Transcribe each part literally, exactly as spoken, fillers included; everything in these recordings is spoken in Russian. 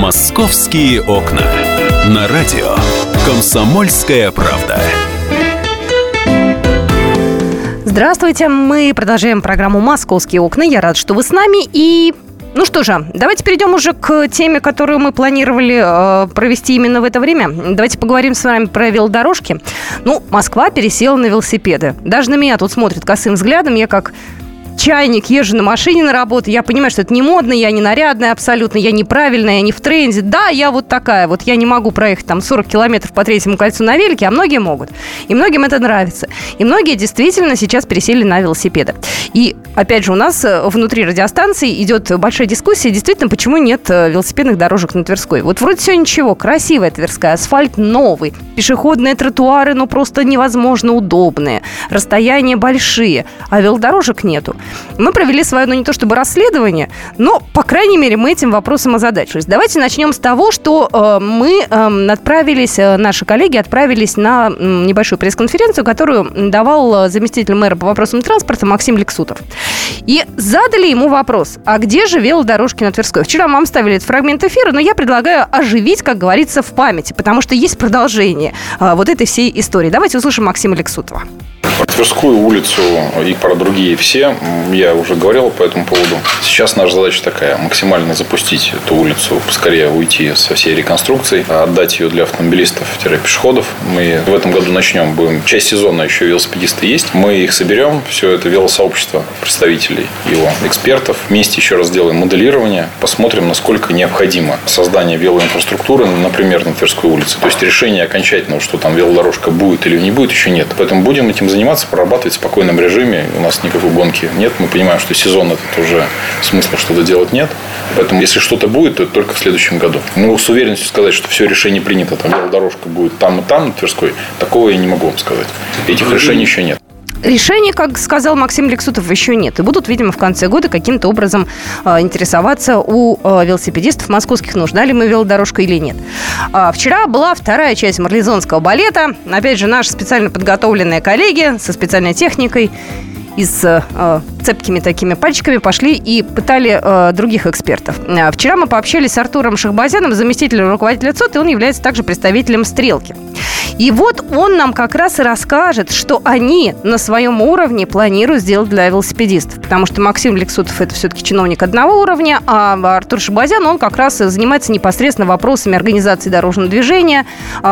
«Московские окна». На радио «Комсомольская правда». Здравствуйте, мы продолжаем программу «Московские окна». Я рад, что вы с нами. И, ну что же, давайте перейдем уже к теме, которую мы планировали э, провести именно в это время. Давайте поговорим с вами про велодорожки. Ну, Москва пересела на велосипеды. Даже на меня тут смотрят косым взглядом. Я как чайник езжу на машине на работу. Я понимаю, что это не модно, я не нарядная абсолютно, я неправильная, я не в тренде. Да, я вот такая. Вот я не могу проехать там сорок километров по Третьему кольцу на велике, а многие могут. И многим это нравится. И многие действительно сейчас пересели на велосипеды. И, опять же, у нас внутри радиостанции идет большая дискуссия, действительно, почему нет велосипедных дорожек на Тверской. Вот вроде все ничего, красивая Тверская, асфальт новый, пешеходные тротуары, ну, просто невозможно удобные, расстояния большие, а велодорожек нету. Мы провели свое, ну, не то чтобы расследование, но, по крайней мере, мы этим вопросом озадачились. Давайте начнем с того, что э, мы э, отправились, э, наши коллеги отправились на э, небольшую пресс-конференцию, которую давал заместитель мэра по вопросам транспорта Максим Лексутов. И задали ему вопрос, а где же велодорожки на Тверской? Вчера мы вам ставили этот фрагмент эфира, но я предлагаю оживить, как говорится, в памяти, потому что есть продолжение э, вот этой всей истории. Давайте услышим Максима Лексутова. Про Тверскую улицу и про другие все я уже говорил по этому поводу. Сейчас наша задача такая: максимально запустить эту улицу, поскорее уйти со всей реконструкцией, отдать ее для автомобилистов-пешеходов. Мы в этом году начнем, будем, часть сезона еще велосипедисты есть, мы их соберем, все это велосообщество представителей его, экспертов, вместе еще раз сделаем моделирование, посмотрим, насколько необходимо создание велоинфраструктуры, например, на Тверской улице. То есть решение окончательного, что там велодорожка будет или не будет, еще нет. Поэтому будем этим заниматься, прорабатывать в спокойном режиме. У нас никакой гонки нет. Мы понимаем, что сезон этот уже смысла что-то делать нет. Поэтому, если что-то будет, то это только в следующем году. Ну, с уверенностью сказать, что все решение принято, там велодорожка будет там и там, на Тверской, такого я не могу вам сказать. Этих решений еще нет. Решений, как сказал Максим Лексутов, еще нет. И будут, видимо, в конце года каким-то образом э, интересоваться у э, велосипедистов московских, нужна ли мы велодорожка или нет. А, вчера была вторая часть марлезонского балета. Опять же, наши специально подготовленные коллеги со специальной техникой и с э, цепкими такими пальчиками пошли и пытали э, других экспертов. А, вчера мы пообщались с Артуром Шахбазяном, заместителем руководителя ЦОД, и он является также представителем «Стрелки». И вот он нам как раз и расскажет, что они на своем уровне планируют сделать для велосипедистов. Потому что Максим Лексутов – это все-таки чиновник одного уровня, а Артур Шахбазян, он как раз занимается непосредственно вопросами организации дорожного движения.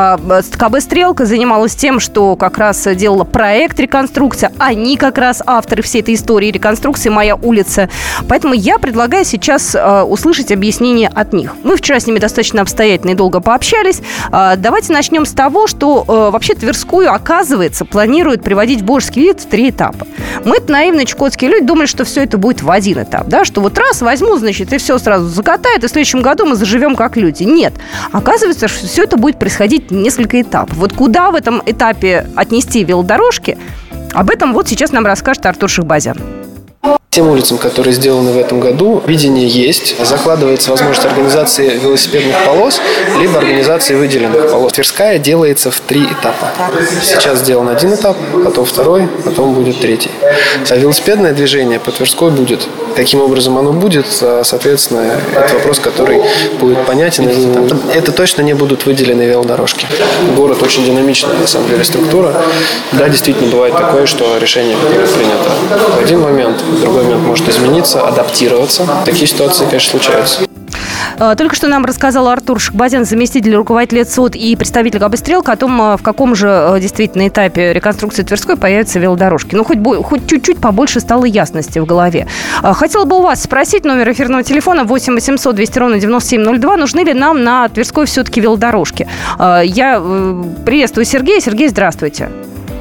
КБ «Стрелка» занималась тем, что как раз делала проект реконструкции. Они как раз авторы всей этой истории реконструкции «Моя улица». Поэтому я предлагаю сейчас услышать объяснение от них. Мы вчера с ними достаточно обстоятельно и долго пообщались. Давайте начнем с того, что э, вообще Тверскую, оказывается, планируют приводить в божеский вид в три этапа. Мы-то наивные чукотские люди думали, что все это будет в один этап, да, что вот раз возьму, значит, и все сразу закатают, и в следующем году мы заживем как люди. Нет. Оказывается, что все это будет происходить несколько этапов. Вот куда в этом этапе отнести велодорожки, об этом вот сейчас нам расскажет Артур Шахбазян. Тем улицам, которые сделаны в этом году, видение есть. Закладывается возможность организации велосипедных полос, либо организации выделенных полос. Тверская делается в три этапа. Сейчас сделан один этап, потом второй, потом будет третий. А велосипедное движение по Тверской будет. Каким образом оно будет, соответственно, это вопрос, который будет понятен. Это точно не будут выделены велодорожки. Город очень динамичная, на самом деле, структура. Да, действительно, бывает такое, что решение будет принято в один момент, в другой момент может измениться, адаптироваться. Такие ситуации, конечно, случаются. Только что нам рассказал Артур Шахбазян, заместитель руководителя ЦОД и представитель КБ «Стрелка», о том, в каком же действительно этапе реконструкции Тверской появятся велодорожки. Ну, хоть, хоть чуть-чуть побольше стало ясности в голове. Хотела бы у вас спросить, номер эфирного телефона восемь восемьсот двести ровно девяносто семь ноль два, нужны ли нам на Тверской все-таки велодорожки? Я приветствую Сергея. Сергей, здравствуйте.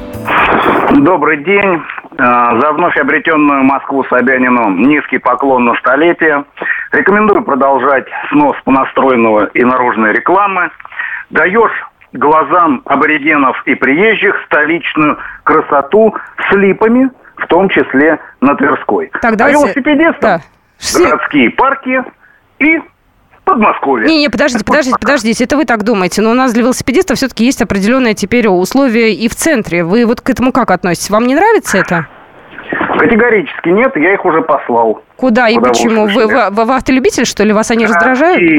Добрый день. За вновь обретенную Москву Собянину низкий поклон на столетие. Рекомендую продолжать снос понастроенного и наружной рекламы. Даешь глазам аборигенов и приезжих столичную красоту с липами, в том числе на Тверской. Так, а давайте... велосипедистам да. городские парки и Подмосковье. Не-не, подождите, подождите, подождите, это вы так думаете. Но у нас для велосипедистов все-таки есть определенные теперь условия и в центре. Вы вот к этому как относитесь? Вам не нравится это? Категорически нет, я их уже послал. Куда и почему? Вы, вы, вы автолюбитель, что ли? Вас они раздражают? И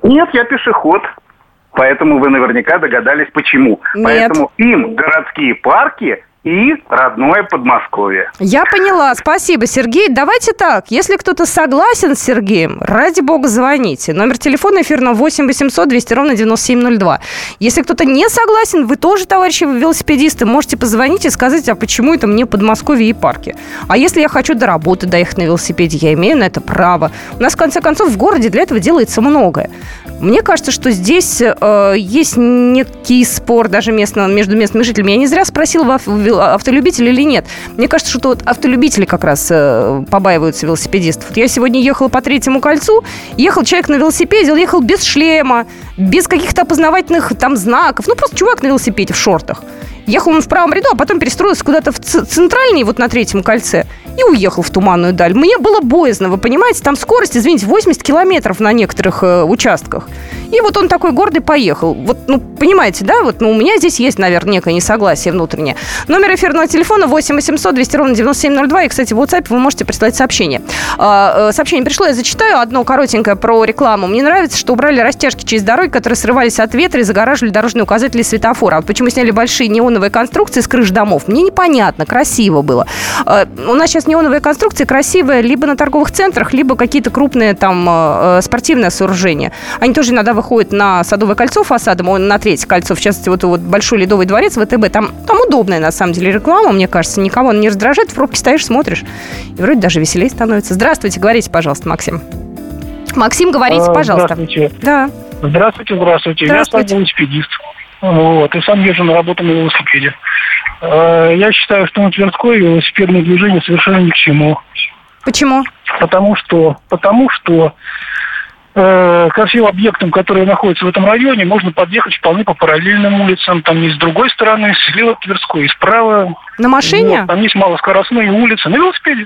Нет, я пешеход. Поэтому вы наверняка догадались, почему. Нет. Поэтому им городские парки и родное Подмосковье. Я поняла. Спасибо, Сергей. Давайте так. Если кто-то согласен с Сергеем, ради бога, звоните. Номер телефона эфирного восемь восемьсот двести ровно девяносто семь ноль два. Если кто-то не согласен, вы тоже, товарищи велосипедисты, можете позвонить и сказать, а почему это мне Подмосковье и парки. А если я хочу до работы доехать на велосипеде, я имею на это право. У нас, в конце концов, в городе для этого делается многое. Мне кажется, что здесь э, есть некий спор даже местно, между местными жителями. Я не зря спросила, автолюбители или нет. Мне кажется, что вот автолюбители как раз э, побаиваются велосипедистов. Вот я сегодня ехала по Третьему кольцу, ехал человек на велосипеде, он ехал без шлема, без каких-то опознавательных там знаков. Ну, просто чувак на велосипеде в шортах. Ехал он в правом ряду, а потом перестроился куда-то в ц- центральный, вот на Третьем кольце, и уехал в туманную даль. Мне было боязно, вы понимаете, там скорость, извините, восемьдесят километров на некоторых э, участках. И вот он такой гордый поехал. Вот, ну, понимаете, да? Вот, ну, у меня здесь есть, наверное, некое несогласие внутреннее. Номер эфирного телефона восемь восемьсот двести ровно девяносто семь ноль два. И, кстати, в WhatsApp вы можете прислать сообщение. А, сообщение пришло, я зачитаю. Одно коротенькое про рекламу. Мне нравится, что убрали растяжки через дороги, которые срывались от ветра и загораживали дорожные указатели светофора. А вот почему сняли большие неоновые конструкции с крыш домов? Мне непонятно, красиво было. А, у нас сейчас неоновые конструкции красивые либо на торговых центрах, либо какие-то крупные там спортивные сооружения. Они тоже иногда выходит на Садовое кольцо фасадом, он на Третье кольцо, в частности, вот, вот Большой Ледовый дворец ВТБ, там, там удобная, на самом деле, реклама, мне кажется, никого не раздражает, в пробке стоишь, смотришь, и вроде даже веселее становится. Здравствуйте, говорите, пожалуйста, Максим. Максим, говорите, а, пожалуйста. Здравствуйте. Да. Здравствуйте, здравствуйте. Здравствуйте. Я сам велосипедист. Вот, и сам езжу на работу на велосипеде. Я считаю, что на Тверской велосипедное движение совершенно ни к чему. Почему? Потому что, потому что э, ко всем объектам, которые находятся в этом районе, можно подъехать вполне по параллельным улицам. Там есть с другой стороны, слева Тверской, справа. На машине? Вот, там есть малоскоростные улицы. На велосипеде.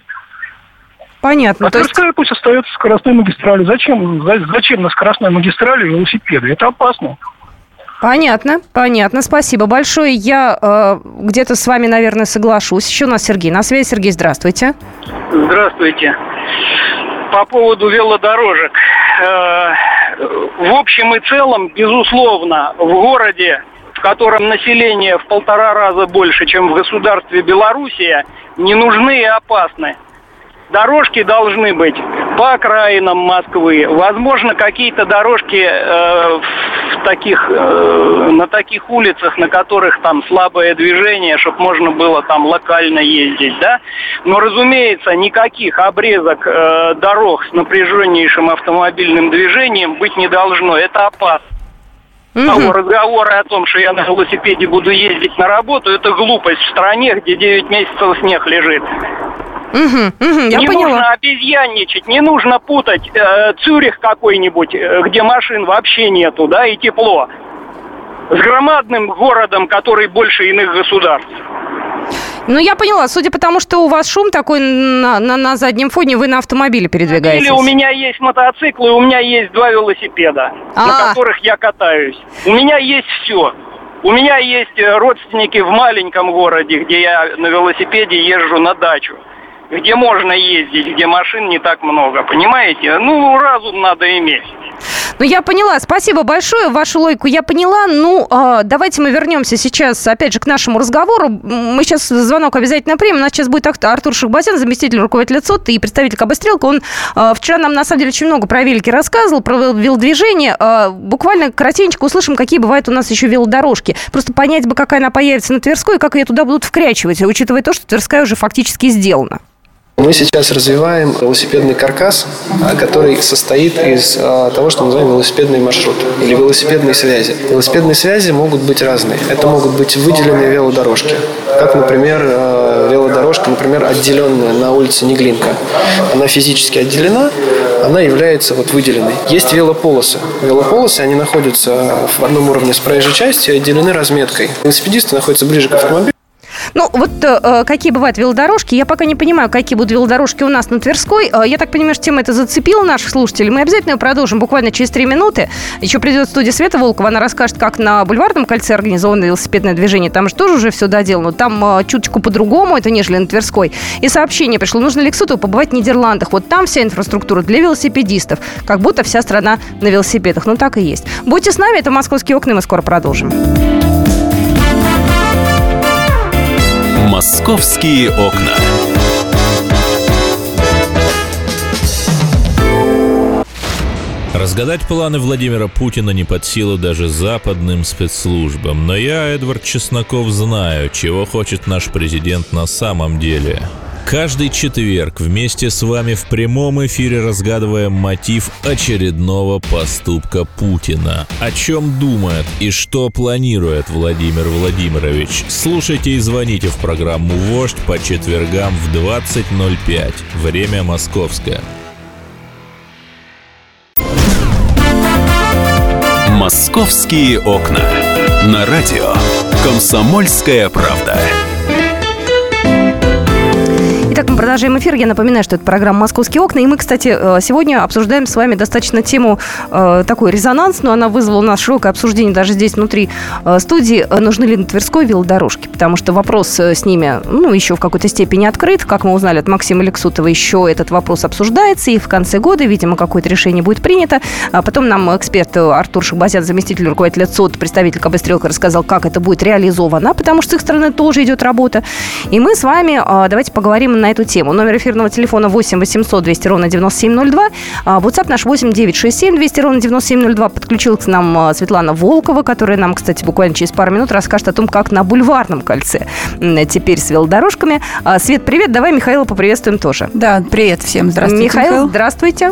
Понятно. А Тверская есть... пусть остается скоростной магистралью. Зачем, зачем на скоростной магистрали велосипеды? Это опасно. Понятно, понятно. Спасибо большое. Я э, где-то с вами, наверное, соглашусь. Еще у нас Сергей. На связи, Сергей, здравствуйте. Здравствуйте. По поводу велодорожек. Э, в общем и целом, безусловно, в городе, в котором население в полтора раза больше, чем в государстве Белоруссия, не нужны и опасны. Дорожки должны быть по окраинам Москвы. Возможно, какие-то дорожки э, в таких, э, на таких улицах, на которых там слабое движение, чтобы можно было там локально ездить, да. Но, разумеется, никаких обрезок э, дорог с напряженнейшим автомобильным движением быть не должно. Это опасно. Mm-hmm. А разговоры о том, что я на велосипеде буду ездить на работу, это глупость в стране, где девять месяцев снег лежит. Угу, угу, я не поняла. нужно обезьянничать, не нужно путать э, Цюрих какой-нибудь, э, где машин вообще нету, да, и тепло, с громадным городом, который больше иных государств. Ну, я поняла. Судя по тому, что у вас шум такой на, на, на заднем фоне, вы на автомобиле передвигаетесь. Или у меня есть мотоциклы, у меня есть два велосипеда, А-а-а. на которых я катаюсь. У меня есть все. У меня есть родственники в маленьком городе, где я на велосипеде езжу на дачу. Где можно ездить, где машин не так много, понимаете? Ну, разум надо иметь. Ну, я поняла. Спасибо большое. Вашу логику я поняла. Ну, э, давайте мы вернемся сейчас, опять же, к нашему разговору. Мы сейчас звонок обязательно примем. У нас сейчас будет Артур Шахбазян, заместитель руководителя ЦОТ и представитель ка бэ «Стрелка». Он э, вчера нам, на самом деле, очень много про велики рассказывал, про велодвижение. Э, буквально коротенько услышим, какие бывают у нас еще велодорожки. Просто понять бы, какая она появится на Тверской, и как ее туда будут вкрячивать, учитывая то, что Тверская уже фактически сделана. Мы сейчас развиваем велосипедный каркас, который состоит из того, что мы называем велосипедный маршрут или велосипедные связи. Велосипедные связи могут быть разные. Это могут быть выделенные велодорожки, как, например, велодорожка, например, отделенная на улице Неглинка. Она физически отделена, она является вот выделенной. Есть велополосы. Велополосы, они находятся в одном уровне с проезжей частью и отделены разметкой. Велосипедисты находятся ближе к автомобилю. Ну, вот э, какие бывают велодорожки, я пока не понимаю, какие будут велодорожки у нас на Тверской. Э, я так понимаю, что тема эта зацепила наших слушателей. Мы обязательно ее продолжим буквально через три минуты. Еще придет в студию Света Волкова, она расскажет, как на Бульварном кольце организовано велосипедное движение. Там же тоже уже все доделано. Там э, чуточку по-другому, это нежели на Тверской. И сообщение пришло, нужно Лексутову побывать в Нидерландах. Вот там вся инфраструктура для велосипедистов. Как будто вся страна на велосипедах. Ну, так и есть. Будьте с нами, это «Московские окна», и мы скоро продолжим. «Московские окна». Разгадать планы Владимира Путина не под силу даже западным спецслужбам. Но я, Эдвард Чесноков, знаю, чего хочет наш президент на самом деле. Каждый четверг вместе с вами в прямом эфире разгадываем мотив очередного поступка Путина. О чем думает и что планирует Владимир Владимирович? Слушайте и звоните в программу «Вождь» по четвергам в двадцать ноль пять. Время московское. «Московские окна». На радио «Комсомольская правда». Итак, мы продолжаем эфир. Я напоминаю, что это программа «Московские окна». И мы, кстати, сегодня обсуждаем с вами достаточно тему э, такую резонансную. Она вызвала у нас широкое обсуждение даже здесь, внутри э, студии. Нужны ли на Тверской велодорожки? Потому что вопрос с ними, ну, еще в какой-то степени открыт. Как мы узнали от Максима Лексутова, еще этот вопрос обсуждается. И в конце года, видимо, какое-то решение будет принято. А потом нам эксперт Артур Шахбазян, заместитель руководителя ЦОД, представитель ка бэ «Стрелка», рассказал, как это будет реализовано. Потому что с их стороны тоже идет работа. И мы с вами э, давайте поговорим на эту тему. Номер эфирного телефона восемь восемьсот двести ровно девяносто семь ноль два. WhatsApp наш восемь девятьсот шестьдесят семь двести ровно девяносто семь ноль два. Подключилась к нам Светлана Волкова, которая нам, кстати, буквально через пару минут расскажет о том, как на Бульварном кольце теперь с велодорожками. Свет, привет. Давай Михаила поприветствуем тоже. Да, привет всем. Здравствуйте, Михаил. Михаил. Здравствуйте.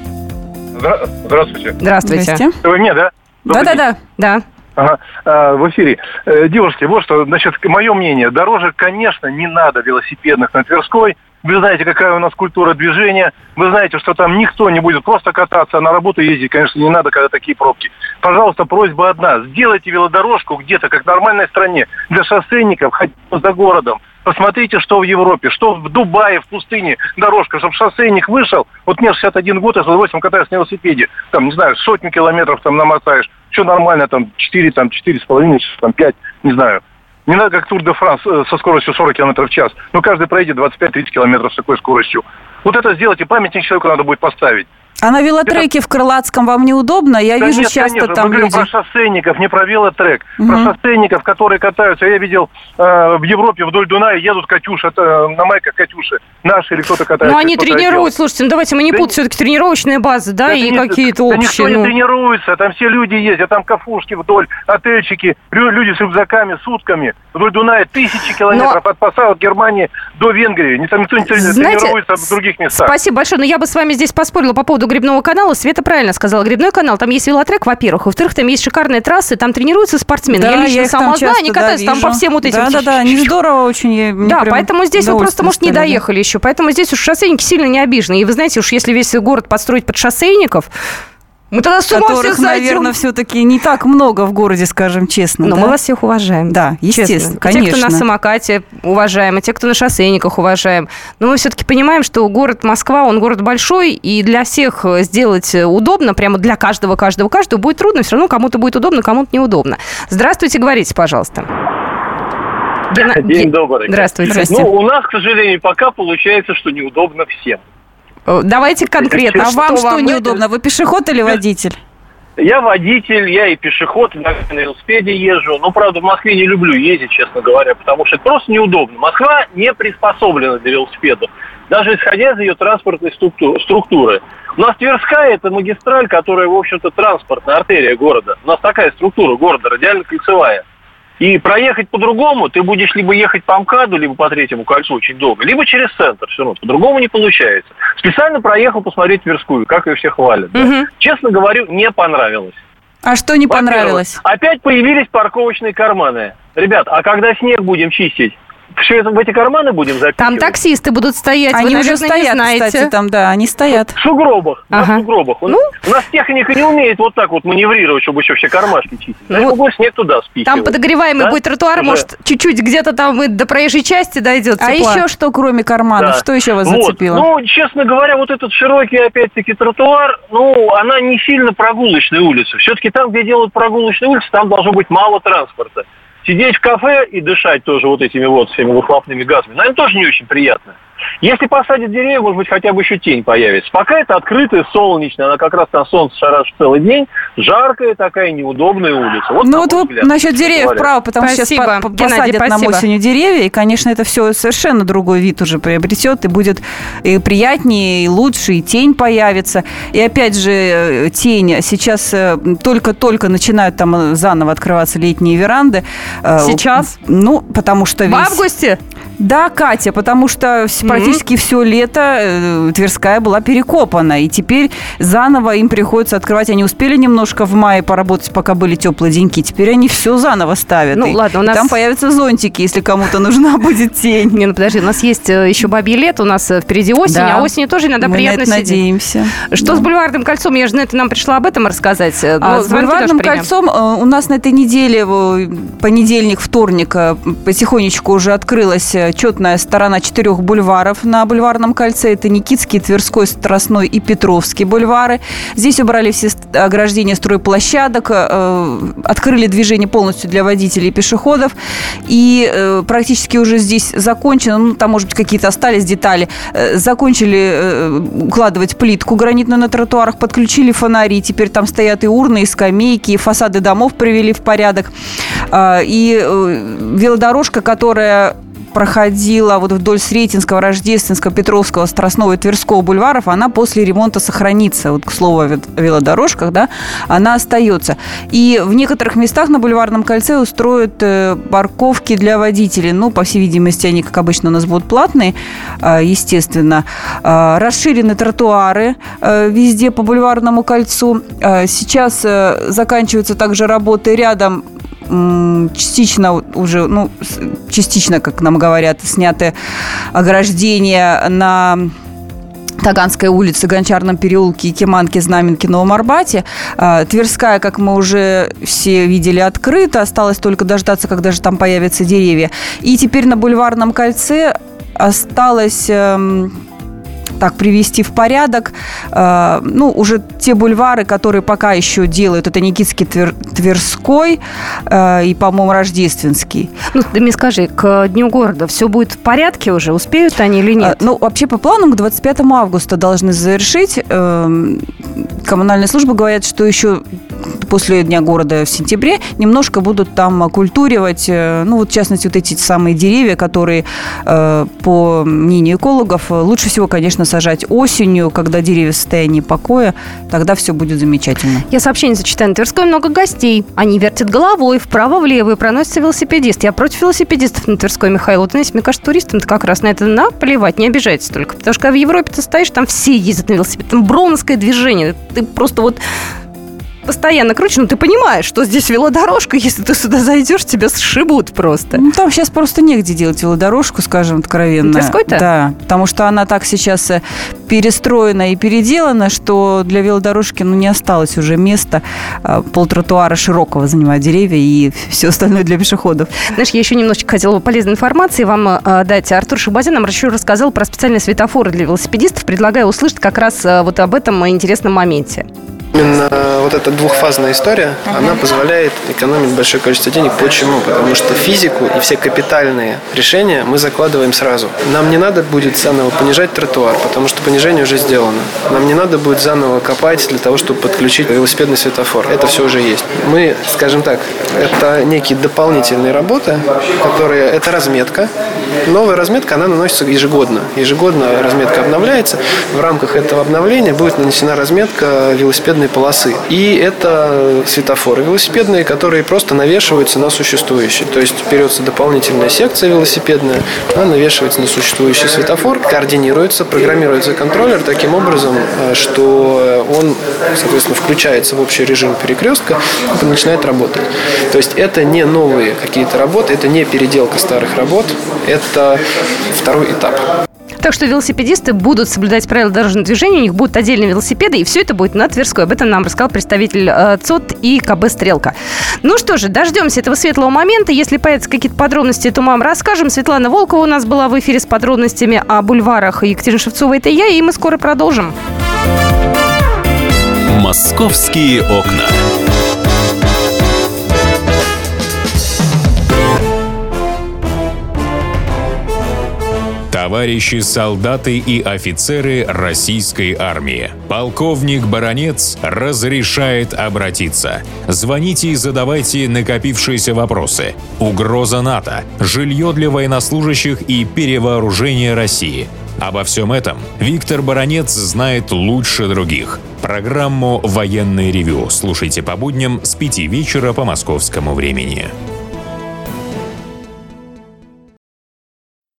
Здравствуйте. Здравствуйте. Здрасте. Вы мне, да? Да-да-да. Да. Ага. А, в эфире. Э, девушки, вот что, значит, мое мнение. Дорожек, конечно, не надо велосипедных на Тверской. Вы знаете, какая у нас культура движения. Вы знаете, что там никто не будет просто кататься, а на работу ездить, конечно, не надо, когда такие пробки. Пожалуйста, просьба одна. Сделайте велодорожку где-то, как в нормальной стране, для шоссейников, хотя бы за городом. Посмотрите, что в Европе, что в Дубае, в пустыне дорожка, чтобы шоссейник вышел. Вот мне шестьдесят один год, я с удовольствием катаюсь на велосипеде. Там, не знаю, сотню километров там намотаешь. Все нормально, там четыре, там четыре с половиной, там пять, не знаю. Не надо как Тур де Франс со скоростью сорок километров в час. Но каждый проедет двадцать пять тридцать километров с такой скоростью. Вот это сделать, и памятник человеку надо будет поставить. А на велотреке это... в Крылатском вам неудобно? Я да вижу нет, часто конечно. там Мы люди... говорим про шоссейников, не про велотрек. Угу. Про шоссейников, которые катаются. Я видел э, в Европе вдоль Дуная едут Катюши, это, на майках Катюши. Наши или кто-то катается. Ну, они тренируют, слушайте, ну давайте мы не да путаем, все-таки тренировочная база, да, да и не, какие-то да общие. Да никто ну... не тренируется, там все люди ездят, там кафушки вдоль, отельчики, люди с рюкзаками, сутками. Вдоль Дуная тысячи километров но... от Пасса, от Германии до Венгрии. Не, там никто не Знаете, тренируется в других местах. Спасибо большое, но я бы с вами здесь поспорила по поводу гребного канала. Света правильно сказала, гребной канал, там есть велотрек, во-первых, во-вторых, там есть шикарные трассы, там тренируются спортсмены. Да, я лично я сама знаю, они да, катаются вижу. там по всем вот этим. Да-да-да, они здорово очень. Я, да, поэтому здесь вы просто, может, не доехали да. еще. Поэтому здесь уж шоссейники сильно не обижены. И вы знаете, уж если весь город подстроить под шоссейников, мы тогда с ума которых, всех зайдем. Наверное, все-таки не так много в городе, скажем честно. Но да? мы вас всех уважаем. Да, естественно, честно. конечно. И те, кто на самокате, уважаем, и те, кто на шоссейниках, уважаем. Но мы все-таки понимаем, что город Москва, он город большой, и для всех сделать удобно, прямо для каждого, каждого, каждого будет трудно, все равно кому-то будет удобно, кому-то неудобно. Здравствуйте, говорите, пожалуйста. День Ген... добрый. Здравствуйте. Ну, у нас, к сожалению, пока получается, что неудобно всем. Давайте конкретно. А что вам что вам неудобно? Вы пешеход или водитель? Я водитель, я и пешеход, на велосипеде езжу. Но, правда, в Москве не люблю ездить, честно говоря, потому что это просто неудобно. Москва не приспособлена для велосипеда, даже исходя из ее транспортной структуры. У нас Тверская – это магистраль, которая, в общем-то, транспортная артерия города. У нас такая структура города, радиально-кольцевая. И проехать по-другому ты будешь либо ехать по МКАДу, либо по Третьему кольцу очень долго, либо через центр. Все равно по-другому не получается. Специально проехал посмотреть Тверскую, как ее все хвалят. Да? Угу. Честно говорю, не понравилось. А что не понравилось? Опять появились парковочные карманы. Ребят, а когда снег будем чистить, все это в эти карманы будем запихивать? Там таксисты будут стоять, Они вы, уже наверное, стоят, не знаете. кстати, там, да, они стоят. В сугробах. Ага. На сугробах. Ну? У нас техника не умеет вот так вот маневрировать, чтобы еще все кармашки чистить. Значит, Вот. будет снег туда спихивать. Там подогреваемый Да? будет тротуар, Уже. может, чуть-чуть где-то там и до проезжей части дойдет. А тепла. еще что, кроме карманов, Да. что еще вас Вот. зацепило? Ну, честно говоря, вот этот широкий, опять-таки, тротуар, ну, она не сильно прогулочная улица. Все-таки там, где делают прогулочные улицы, там должно быть мало транспорта. Сидеть в кафе и дышать тоже вот этими вот всеми выхлопными газами, наверное, тоже не очень приятно. Если посадят деревья, может быть, хотя бы еще тень появится. Пока это открытая, солнечная, она как раз там солнце шарашит целый день, жаркая такая, неудобная улица. Вот, Ну вот вы взгляд, насчет деревьев говоря. право, потому что Спасибо, сейчас по- по- Геннадий, посадят нам спасибо. осенью деревья, и, конечно, это все совершенно другой вид уже приобретет, и будет и приятнее, и лучше, и тень появится. И опять же, э, тень. Сейчас э, только-только начинают там заново открываться летние веранды. Э, Сейчас? Ну, потому что... В весь- августе? Да, Катя, потому что вс- практически все лето э, Тверская была перекопана, и теперь заново им приходится открывать. Они успели немножко в мае поработать, пока были теплые деньки, теперь они все заново ставят. Ну, И- ладно, у и нас- там появятся зонтики, если кому-то нужна будет тень. Не, ну подожди, у нас есть э, еще бабье лето, у нас э, впереди осень, Да. а осенью тоже иногда Мы на приятно это сидеть. надеемся. Что Да. с Бульварным кольцом? Я же знаю, ты нам пришла об этом рассказать. э, А но с звонки Бульварным тоже примем. кольцом э, у нас на этой неделе, э, понедельник, вторник, э, потихонечку уже открылась э, четная сторона четырех бульваров на Бульварном кольце. Это Никитский, Тверской, Страстной и Петровский бульвары. Здесь убрали все ст- ограждения стройплощадок, э, открыли движение полностью для водителей и пешеходов. И э, практически уже здесь закончено, ну, там, может быть, какие-то остались детали, э, закончили э, укладывать плитку гранитную на тротуарах, подключили фонари, теперь там стоят и урны, и скамейки, и фасады домов привели в порядок. А, И э, велодорожка, которая проходила вот вдоль Сретенского, Рождественского, Петровского, Страстного и Тверского бульваров, она после ремонта сохранится. Вот к слову о ве- о велодорожках, да, она остается. И в некоторых местах на Бульварном кольце устроят э, парковки для водителей. Ну, по всей видимости, они, как обычно, у нас будут платные, э, естественно. Э, расширены тротуары э, везде по Бульварному кольцу. Э, сейчас э, заканчиваются также работы рядом, м, частично уже, ну, с- частично, как нам говорят, сняты ограждения на Таганской улице, Гончарном переулке, Якиманке, Знаменке, Новом Арбате. А, Тверская, как мы уже все видели, открыта. Осталось только дождаться, когда же там появятся деревья. И теперь на Бульварном кольце осталось... эм, так, привести в порядок, э, ну, уже те бульвары, которые пока еще делают, это Никитский, Твер, Тверской э, и, по-моему, Рождественский. Ну, ты мне скажи, к Дню города все будет в порядке уже? Успеют они или нет? А, ну, вообще, по планам, к двадцать пятому августа должны завершить. Э, коммунальные службы говорят, что еще после Дня города в сентябре немножко будут там окультуривать, э, ну, вот, в частности, вот эти самые деревья, которые, э, по мнению экологов, лучше всего, конечно, сажать осенью, когда деревья в состоянии покоя, тогда все будет замечательно. Я сообщение зачитаю. На Тверской много гостей. Они вертят головой вправо-влево и проносится велосипедист. Я против велосипедистов на Тверской, Михаил. Вот, знаете, мне кажется, туристам-то как раз на это наплевать, не обижайтесь только. Потому что когда в Европе ты стоишь, там все ездят на велосипеде. Там броуновское движение. Ты просто вот постоянно крутишь, но ты понимаешь, что здесь велодорожка, если ты сюда зайдешь, тебя сшибут просто. Ну, там сейчас просто негде делать велодорожку, скажем откровенно. На Тверской-то? Да, потому что она так сейчас э, перестроена и переделана, что для велодорожки, ну, не осталось уже места. Э, Полтротуара широкого занимают деревья и все остальное для пешеходов. Знаешь, я еще немножечко хотела бы полезной информации вам э, дать. Артур Шабазин нам еще рассказал про специальные светофоры для велосипедистов. Предлагаю услышать как раз э, вот об этом интересном моменте. Именно вот эта двухфазная история, она позволяет экономить большое количество денег. Почему? Потому что физику и все капитальные решения мы закладываем сразу. Нам не надо будет заново понижать тротуар, потому что понижение уже сделано. Нам не надо будет заново копать для того, чтобы подключить велосипедный светофор. Это все уже есть. Мы, скажем так, это некие дополнительные работы, которые, это разметка. Новая разметка, она наносится ежегодно. Ежегодно разметка обновляется. В рамках этого обновления будет нанесена разметка велосипедной полосы. И это светофоры велосипедные, которые просто навешиваются на существующие. То есть берется дополнительная секция велосипедная, она навешивается на существующий светофор, координируется, программируется контроллер таким образом, что он, соответственно, включается в общий режим перекрестка и начинает работать. То есть это не новые какие-то работы, это не переделка старых работ, Это второй этап. Так что велосипедисты будут соблюдать правила дорожного движения, у них будут отдельные велосипеды, и все это будет на Тверской. Об этом нам рассказал представитель э, ЦОД и КБ «Стрелка». Ну что же, дождемся этого светлого момента. Если появятся какие-то подробности, то мы вам расскажем. Светлана Волкова у нас была в эфире с подробностями о бульварах. Екатерина Шевцова, это я, и мы скоро продолжим. «Московские окна». Товарищи солдаты и офицеры российской армии. Полковник Баранец разрешает обратиться. Звоните и задавайте накопившиеся вопросы. Угроза НАТО, жилье для военнослужащих и перевооружение России. Обо всем этом Виктор Баранец знает лучше других. Программу «Военное ревю» слушайте по будням с пяти вечера по московскому времени.